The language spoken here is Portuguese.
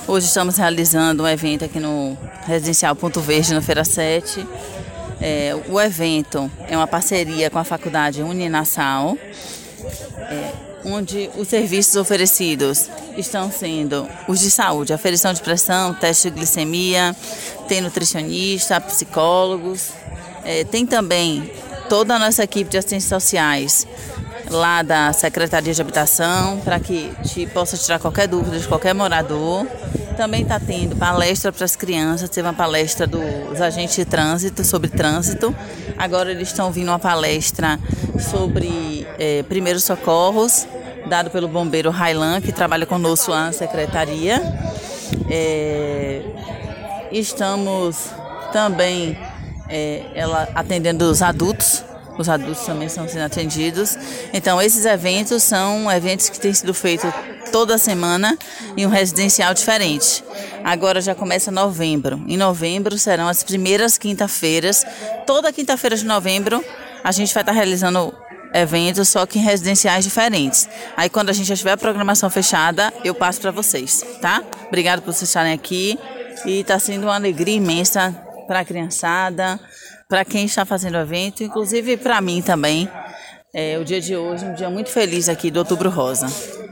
Hoje estamos realizando um evento aqui no Residencial Ponto Verde, no Feira 7. O evento é uma parceria com a Faculdade Uninassal, onde os serviços oferecidos estão sendo os de saúde, aferição de pressão, teste de glicemia, tem nutricionista, psicólogos, tem também toda a nossa equipe de assistentes sociais lá da Secretaria de Habitação, para que possa tirar qualquer dúvida de qualquer morador. Também está tendo palestra para as crianças, teve uma palestra dos agentes de trânsito, sobre trânsito. Agora eles estão vindo uma palestra sobre primeiros socorros, dado pelo bombeiro Railan, que trabalha conosco lá na secretaria. Estamos também ela atendendo os adultos também estão sendo atendidos. Então, esses eventos são eventos que têm sido feitos toda semana em um residencial diferente. Agora já começa novembro. Em novembro serão as primeiras quinta-feiras. Toda quinta-feira de novembro a gente vai estar realizando eventos, só que em residenciais diferentes. Aí quando a gente já tiver a programação fechada, eu passo para vocês, tá? Obrigado por vocês estarem aqui. E está sendo uma alegria imensa para a criançada, para quem está fazendo o evento, inclusive para mim também. O dia de hoje é um dia muito feliz aqui do Outubro Rosa.